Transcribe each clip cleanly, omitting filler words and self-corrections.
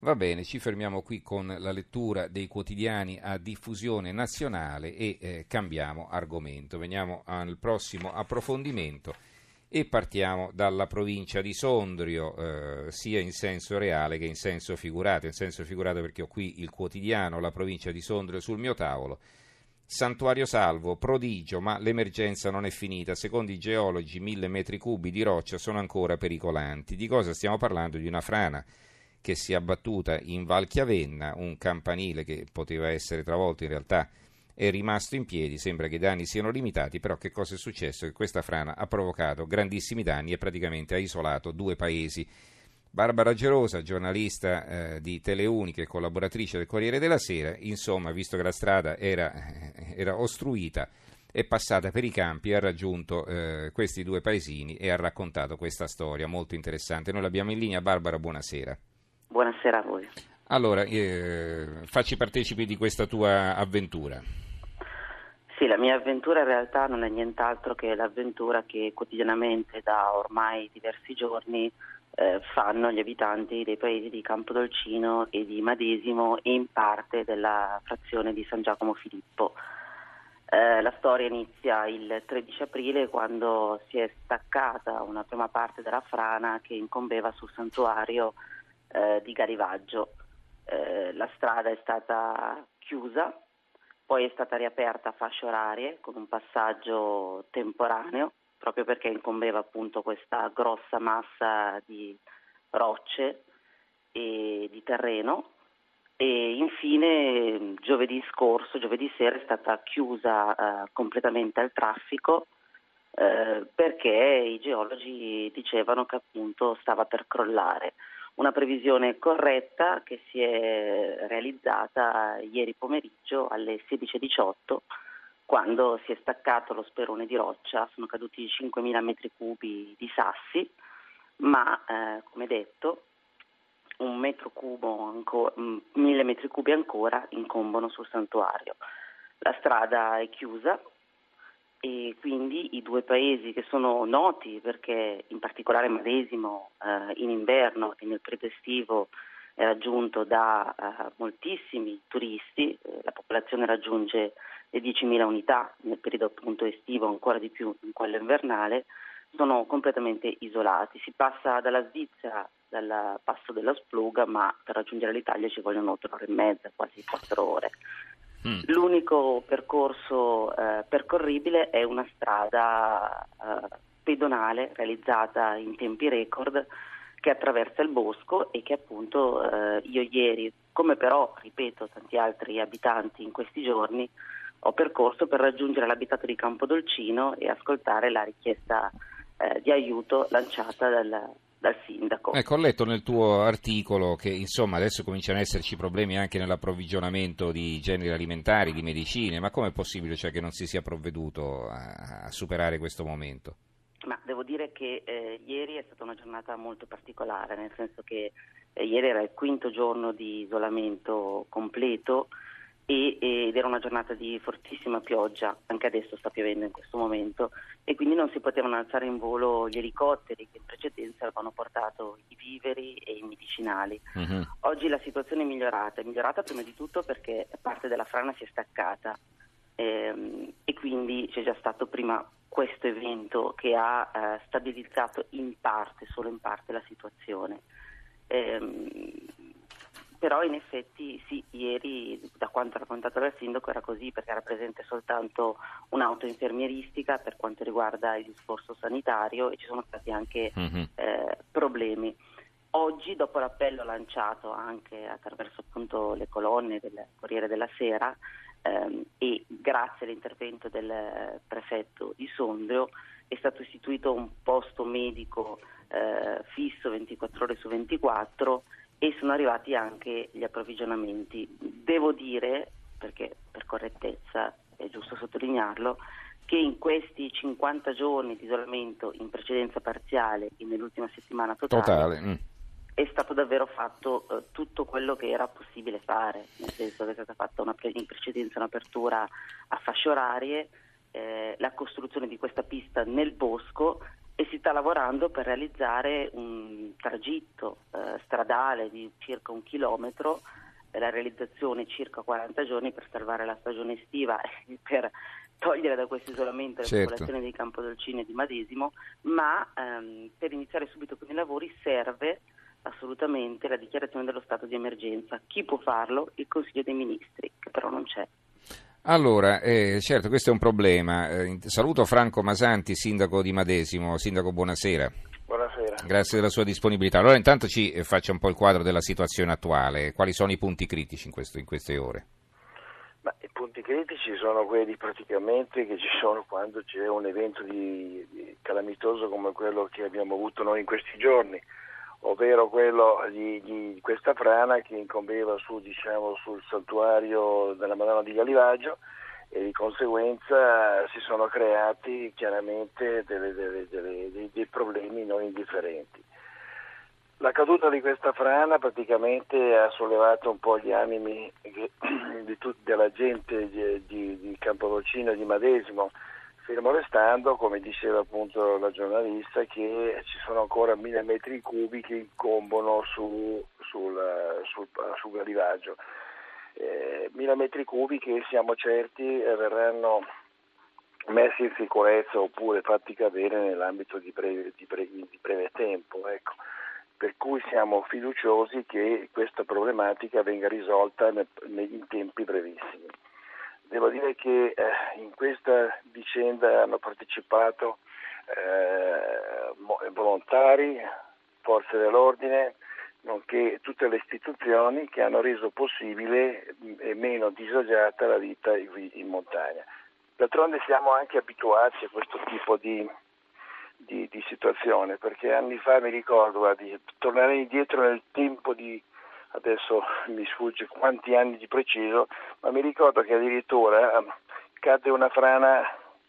Va bene, ci fermiamo qui con la lettura dei quotidiani a diffusione nazionale e cambiamo argomento. Veniamo al prossimo approfondimento e partiamo dalla provincia di Sondrio, sia in senso reale che in senso figurato. In senso figurato perché ho qui il quotidiano, la provincia di Sondrio sul mio tavolo. Santuario salvo, prodigio, ma l'emergenza non è finita. Secondo i geologi, 1000 metri cubi di roccia sono ancora pericolanti. Di cosa stiamo parlando? Di una frana che si è abbattuta in Val Chiavenna, un campanile che poteva essere travolto in realtà è rimasto in piedi, sembra che i danni siano limitati, però che cosa è successo? Che questa frana ha provocato grandissimi danni e praticamente ha isolato due paesi. Barbara Gerosa, giornalista di Teleunica e collaboratrice del Corriere della Sera, insomma, visto che la strada era ostruita, è passata per i campi e ha raggiunto questi due paesini e ha raccontato questa storia molto interessante. Noi l'abbiamo in linea. Barbara, buonasera. Buonasera a voi. Allora, facci partecipi di questa tua avventura. Sì, la mia avventura in realtà non è nient'altro che l'avventura che quotidianamente da ormai diversi giorni fanno gli abitanti dei paesi di Campodolcino e di Madesimo e in parte della frazione di San Giacomo Filippo. La storia inizia il 13 aprile quando si è staccata una prima parte della frana che incombeva sul santuario di Garivaggio. La strada è stata chiusa, poi è stata riaperta a fasce orarie con un passaggio temporaneo, proprio perché incombeva appunto questa grossa massa di rocce e di terreno. E infine giovedì sera è stata chiusa completamente al traffico perché i geologi dicevano che appunto stava per crollare. Una previsione corretta che si è realizzata ieri pomeriggio alle 16:18 quando si è staccato lo sperone di roccia, sono caduti 5.000 metri cubi di sassi, ma come detto 1.000 metri cubi ancora incombono sul santuario. La strada è chiusa e quindi i due paesi che sono noti perché in particolare Madesimo in inverno e nel periodo estivo è raggiunto da moltissimi turisti, la popolazione raggiunge le 10.000 unità, nel periodo appunto estivo ancora di più in quello invernale, sono completamente isolati. Si passa dalla Svizzera, dal passo della Spluga, ma per raggiungere l'Italia ci vogliono 3 ore e mezza, quasi 4 ore. L'unico percorso percorribile è una strada pedonale realizzata in tempi record che attraversa il bosco e che appunto io ieri, come però, ripeto, tanti altri abitanti in questi giorni, ho percorso per raggiungere l'abitato di Campodolcino e ascoltare la richiesta di aiuto lanciata dal sindaco. Ecco, ho letto nel tuo articolo che insomma adesso cominciano ad esserci problemi anche nell'approvvigionamento di generi alimentari, di medicine, ma com'è possibile cioè, che non si sia provveduto a superare questo momento? Ma devo dire che ieri è stata una giornata molto particolare, nel senso che ieri era il 5° giorno di isolamento completo ed era una giornata di fortissima pioggia, anche adesso sta piovendo in questo momento, e quindi non si potevano alzare in volo gli elicotteri che in precedenza avevano portato i viveri e i medicinali. Uh-huh. Oggi la situazione è migliorata prima di tutto perché parte della frana si è staccata e quindi c'è già stato prima questo evento che ha stabilizzato solo in parte la situazione. Però in effetti sì, ieri da quanto raccontato dal sindaco era così, perché era presente soltanto un'auto infermieristica per quanto riguarda il discorso sanitario e ci sono stati anche problemi. Oggi, dopo l'appello lanciato anche attraverso appunto le colonne del Corriere della Sera e grazie all'intervento del prefetto di Sondrio, è stato istituito un posto medico fisso 24 ore su 24 e sono arrivati anche gli approvvigionamenti. Devo dire, perché per correttezza è giusto sottolinearlo, che in questi 50 giorni di isolamento, in precedenza parziale e nell'ultima settimana totale. È stato davvero fatto tutto quello che era possibile fare, nel senso che è stata fatta in precedenza un'apertura a fasce orarie, la costruzione di questa pista nel bosco e si sta lavorando per realizzare un tragitto stradale di circa 1 chilometro, la realizzazione circa 40 giorni per salvare la stagione estiva e per togliere da questo isolamento la popolazione di Campodolcino e di Madesimo, ma per iniziare subito con i lavori serve assolutamente la dichiarazione dello stato di emergenza. Chi può farlo? Il Consiglio dei Ministri, che però non c'è. Allora, certo, questo è un problema. Saluto Franco Masanti, sindaco di Madesimo. Sindaco, buonasera. Buonasera. Grazie della sua disponibilità. Allora, intanto ci faccia un po' il quadro della situazione attuale. Quali sono i punti critici in queste ore? Ma i punti critici sono quelli praticamente che ci sono quando c'è un evento di calamitoso come quello che abbiamo avuto noi in questi giorni, ovvero quello di questa frana che incombeva sul santuario della Madonna di Galivaggio, e di conseguenza si sono creati chiaramente dei problemi non indifferenti. La caduta di questa frana praticamente ha sollevato un po' gli animi della gente di Campodolcino e di Madesimo, fermo restando, come diceva appunto la giornalista, che ci sono ancora 1000 metri cubi che incombono sul Galivaggio. 1000 metri cubi che siamo certi verranno messi in sicurezza oppure fatti cadere nell'ambito di breve tempo, ecco. Per cui siamo fiduciosi che questa problematica venga risolta in tempi brevissimi. Devo dire che in questa vicenda hanno partecipato volontari, forze dell'ordine, nonché tutte le istituzioni che hanno reso possibile e meno disagiata la vita in montagna. D'altronde siamo anche abituati a questo tipo di situazione, perché anni fa mi ricordo, tornare indietro nel tempo adesso mi sfugge quanti anni di preciso, ma mi ricordo che addirittura cadde una frana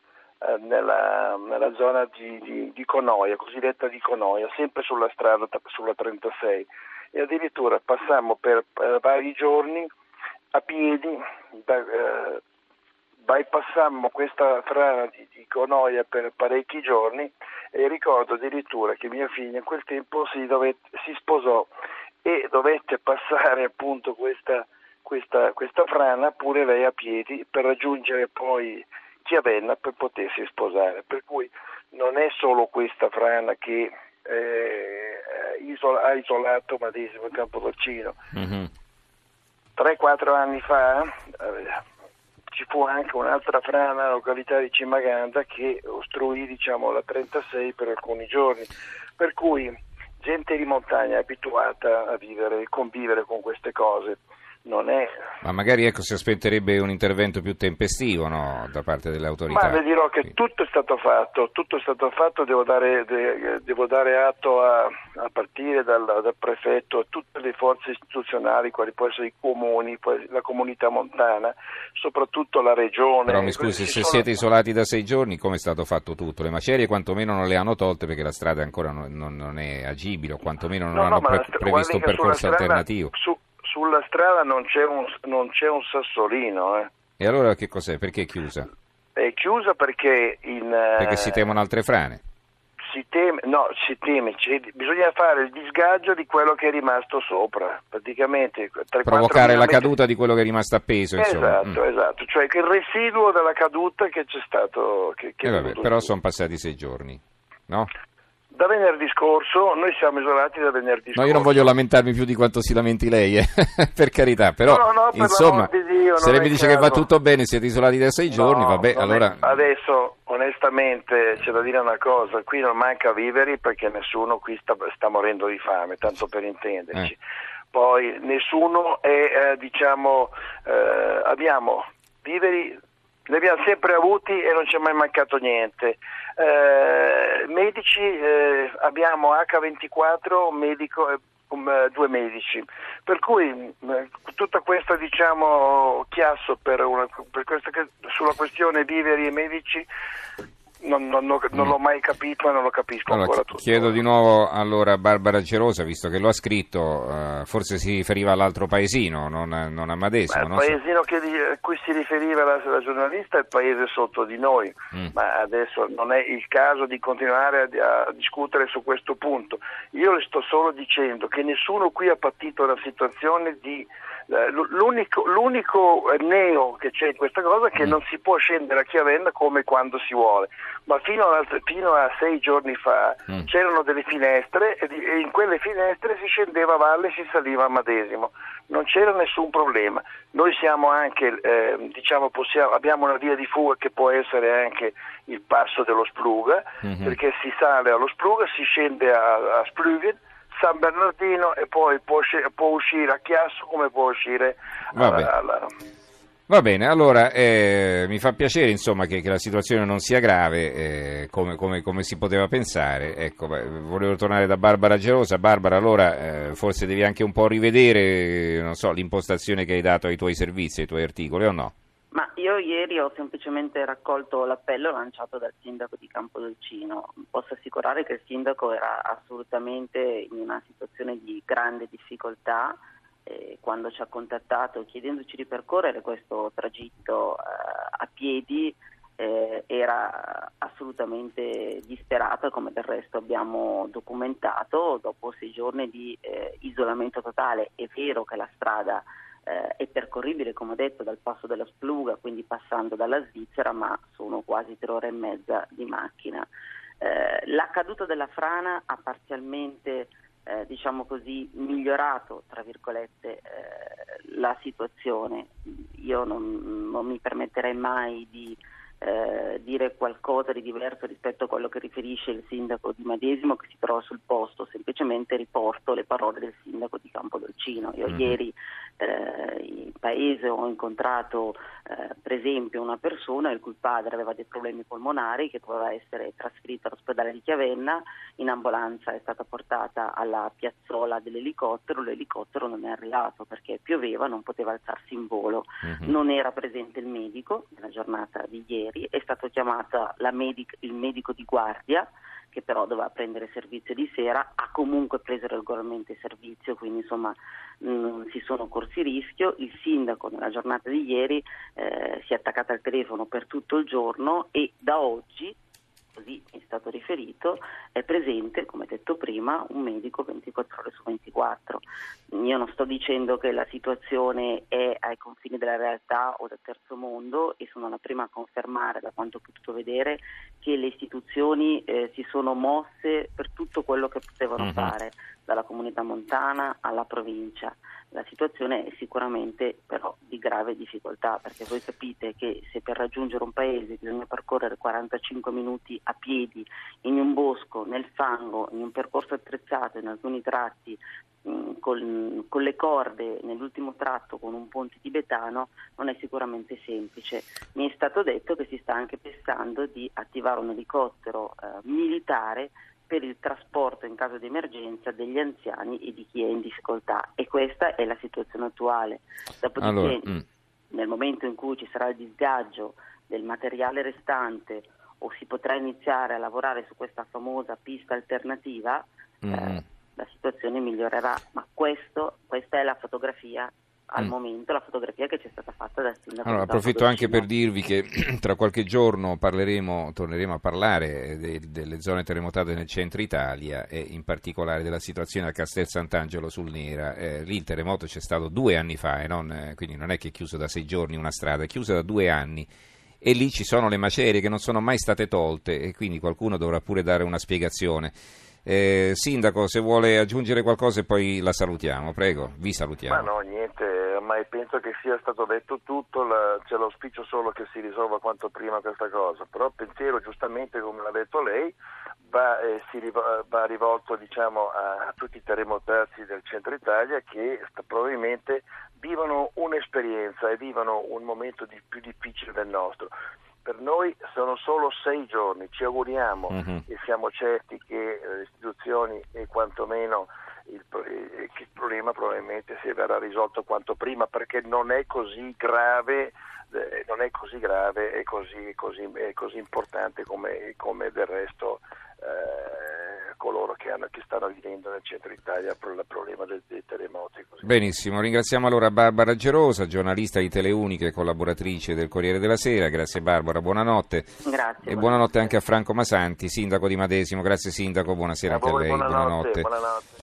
nella zona di Conoia, cosiddetta di Conoia, sempre sulla strada, sulla 36, e addirittura passammo per vari giorni a piedi, bypassammo questa frana di Conoia per parecchi giorni, e ricordo addirittura che mia figlia in quel tempo si sposò e dovette passare appunto questa frana pure lei a piedi per raggiungere poi Chiavenna per potersi sposare. Per cui non è solo questa frana che ha isolato Madesimo e Campodolcino. Mm-hmm. 3-4 anni fa ci fu anche un'altra frana nella località di Cimaganda che ostruì la 36 per alcuni giorni, per cui gente di montagna è abituata a vivere e convivere con queste cose. Non è... Ma magari si aspetterebbe un intervento più tempestivo, no, da parte delle autorità. Ma le dirò che tutto è stato fatto, devo dare atto a partire dal prefetto, a tutte le forze istituzionali, quali può essere i comuni, poi la comunità montana, soprattutto la regione. Però mi scusi, se siete isolati da 6 giorni, come è stato fatto tutto? Le macerie quantomeno non le hanno tolte perché la strada ancora non è agibile, o quantomeno non hanno previsto un percorso alternativo. Sulla strada non c'è un sassolino. E allora che cos'è? Perché è chiusa? È chiusa perché perché si temono altre frane? Si teme, bisogna fare il disgaggio di quello che è rimasto sopra, praticamente provocare la caduta di quello che è rimasto appeso, insomma. Esatto, cioè che il residuo della caduta che c'è stato però sono passati 6 giorni, no? Da venerdì scorso, noi siamo isolati da venerdì scorso. No, io non voglio lamentarmi più di quanto si lamenti lei, per carità, però insomma, per Dio, se lei mi dice che va tutto bene, siete isolati da 6 giorni, vabbè, allora... Adesso, onestamente, c'è da dire una cosa, qui non manca viveri perché nessuno qui sta morendo di fame, tanto per intenderci. Poi nessuno è, abbiamo viveri... Li abbiamo sempre avuti e non ci è mai mancato niente. Medici, abbiamo H24, medico, 2 medici. Per cui tutta questa chiasso sulla questione viveri e medici non l'ho mai capito e non lo capisco ancora tutto. Chiedo di nuovo allora a Barbara Gerosa, visto che lo ha scritto, forse si riferiva all'altro paesino, non a Madesimo. Il paesino a cui si riferiva la giornalista è il paese sotto di noi, ma adesso non è il caso di continuare a discutere su questo punto. Io le sto solo dicendo che nessuno qui ha patito la situazione di... L'unico neo che c'è in questa cosa è che non si può scendere a Chiavenna come quando si vuole, ma fino a 6 giorni fa c'erano delle finestre e in quelle finestre si scendeva a valle e si saliva a Madesimo, non c'era nessun problema. Noi siamo anche, abbiamo una via di fuga che può essere anche il passo dello Spluga, perché si sale allo Spluga, si scende a Splugen, San Bernardino e poi può uscire a Chiasso come può uscire Va bene, allora mi fa piacere insomma che la situazione non sia grave come si poteva pensare. Ecco, volevo tornare da Barbara Gerosa. Barbara, allora forse devi anche un po' rivedere, non so, l'impostazione che hai dato ai tuoi servizi, ai tuoi articoli, o no? Ma io ieri ho semplicemente raccolto l'appello lanciato dal sindaco di Campodolcino. Posso assicurare che il sindaco era assolutamente in una situazione di grande difficoltà quando ci ha contattato chiedendoci di percorrere questo tragitto a piedi. Era assolutamente disperato, come del resto abbiamo documentato. Dopo 6 giorni di isolamento totale, è vero che la strada è percorribile, come ho detto, dal passo della Spluga, quindi passando dalla Svizzera, ma sono quasi 3 ore e mezza di macchina. La caduta della frana ha parzialmente migliorato, tra virgolette, la situazione. Io non mi permetterei mai di dire qualcosa di diverso rispetto a quello che riferisce il sindaco di Madesimo, che si trova sul posto. Semplicemente riporto le parole del sindaco di Campodolcino. Io ieri in paese ho incontrato per esempio una persona il cui padre aveva dei problemi polmonari, che doveva essere trasferito all'ospedale di Chiavenna. In ambulanza è stata portata alla piazzola dell'elicottero, l'elicottero non è arrivato perché pioveva, non poteva alzarsi in volo, non era presente il medico nella giornata di ieri, è stato chiamata il medico di guardia, che però doveva prendere servizio di sera, ha comunque preso regolarmente il servizio, quindi insomma si sono corsi rischio. Il sindaco nella giornata di ieri si è attaccato al telefono per tutto il giorno e da oggi, così è stato riferito, è presente, come detto prima, un medico 24 ore su 24. Io non sto dicendo che la situazione è ai confini della realtà o del terzo mondo, e sono la prima a confermare, da quanto ho potuto vedere, che le istituzioni si sono mosse per tutto quello che potevano fare, dalla comunità montana alla provincia. La situazione è sicuramente però di grave difficoltà, perché voi capite che se per raggiungere un paese bisogna percorrere 45 minuti a piedi in un bosco, nel fango, in un percorso attrezzato, in alcuni tratti con le corde, nell'ultimo tratto con un ponte tibetano, non è sicuramente semplice. Mi è stato detto che si sta anche pensando di attivare un elicottero militare per il trasporto in caso di emergenza degli anziani e di chi è in difficoltà, e questa è la situazione attuale. Dopodiché, nel momento in cui ci sarà il disgaggio del materiale restante o si potrà iniziare a lavorare su questa famosa pista alternativa, la situazione migliorerà, ma questa è la fotografia al momento, la fotografia che ci è stata fatta dal sindaco. Allora, approfitto anche per dirvi che tra qualche giorno torneremo a parlare delle zone terremotate nel centro Italia e in particolare della situazione a Castel Sant'Angelo sul Nera. Lì il terremoto c'è stato 2 anni fa, quindi non è che è chiuso da 6 giorni una strada, è chiusa da 2 anni. E lì ci sono le macerie che non sono mai state tolte e quindi qualcuno dovrà pure dare una spiegazione. Sindaco, se vuole aggiungere qualcosa e poi la salutiamo, prego, vi salutiamo. Ma no, niente, ormai penso che sia stato detto tutto, c'è l'auspicio solo che si risolva quanto prima questa cosa, però il pensiero, giustamente come l'ha detto lei, va rivolto a tutti i terremotati del centro Italia che probabilmente vivono un'esperienza e vivono un momento più difficile del nostro. Per noi sono solo 6 giorni, ci auguriamo e siamo certi che le istituzioni e quantomeno il problema probabilmente si verrà risolto quanto prima, perché non è così grave non è così grave e così importante come del resto coloro che stanno vivendo nel centro Italia il problema dei terremoti. Così. Benissimo, ringraziamo allora Barbara Gerosa, giornalista di Teleunica e collaboratrice del Corriere della Sera. Grazie Barbara, buonanotte. Grazie. E buonanotte anche a Franco Masanti, sindaco di Madesimo. Grazie sindaco, buonasera anche a lei. Buonanotte.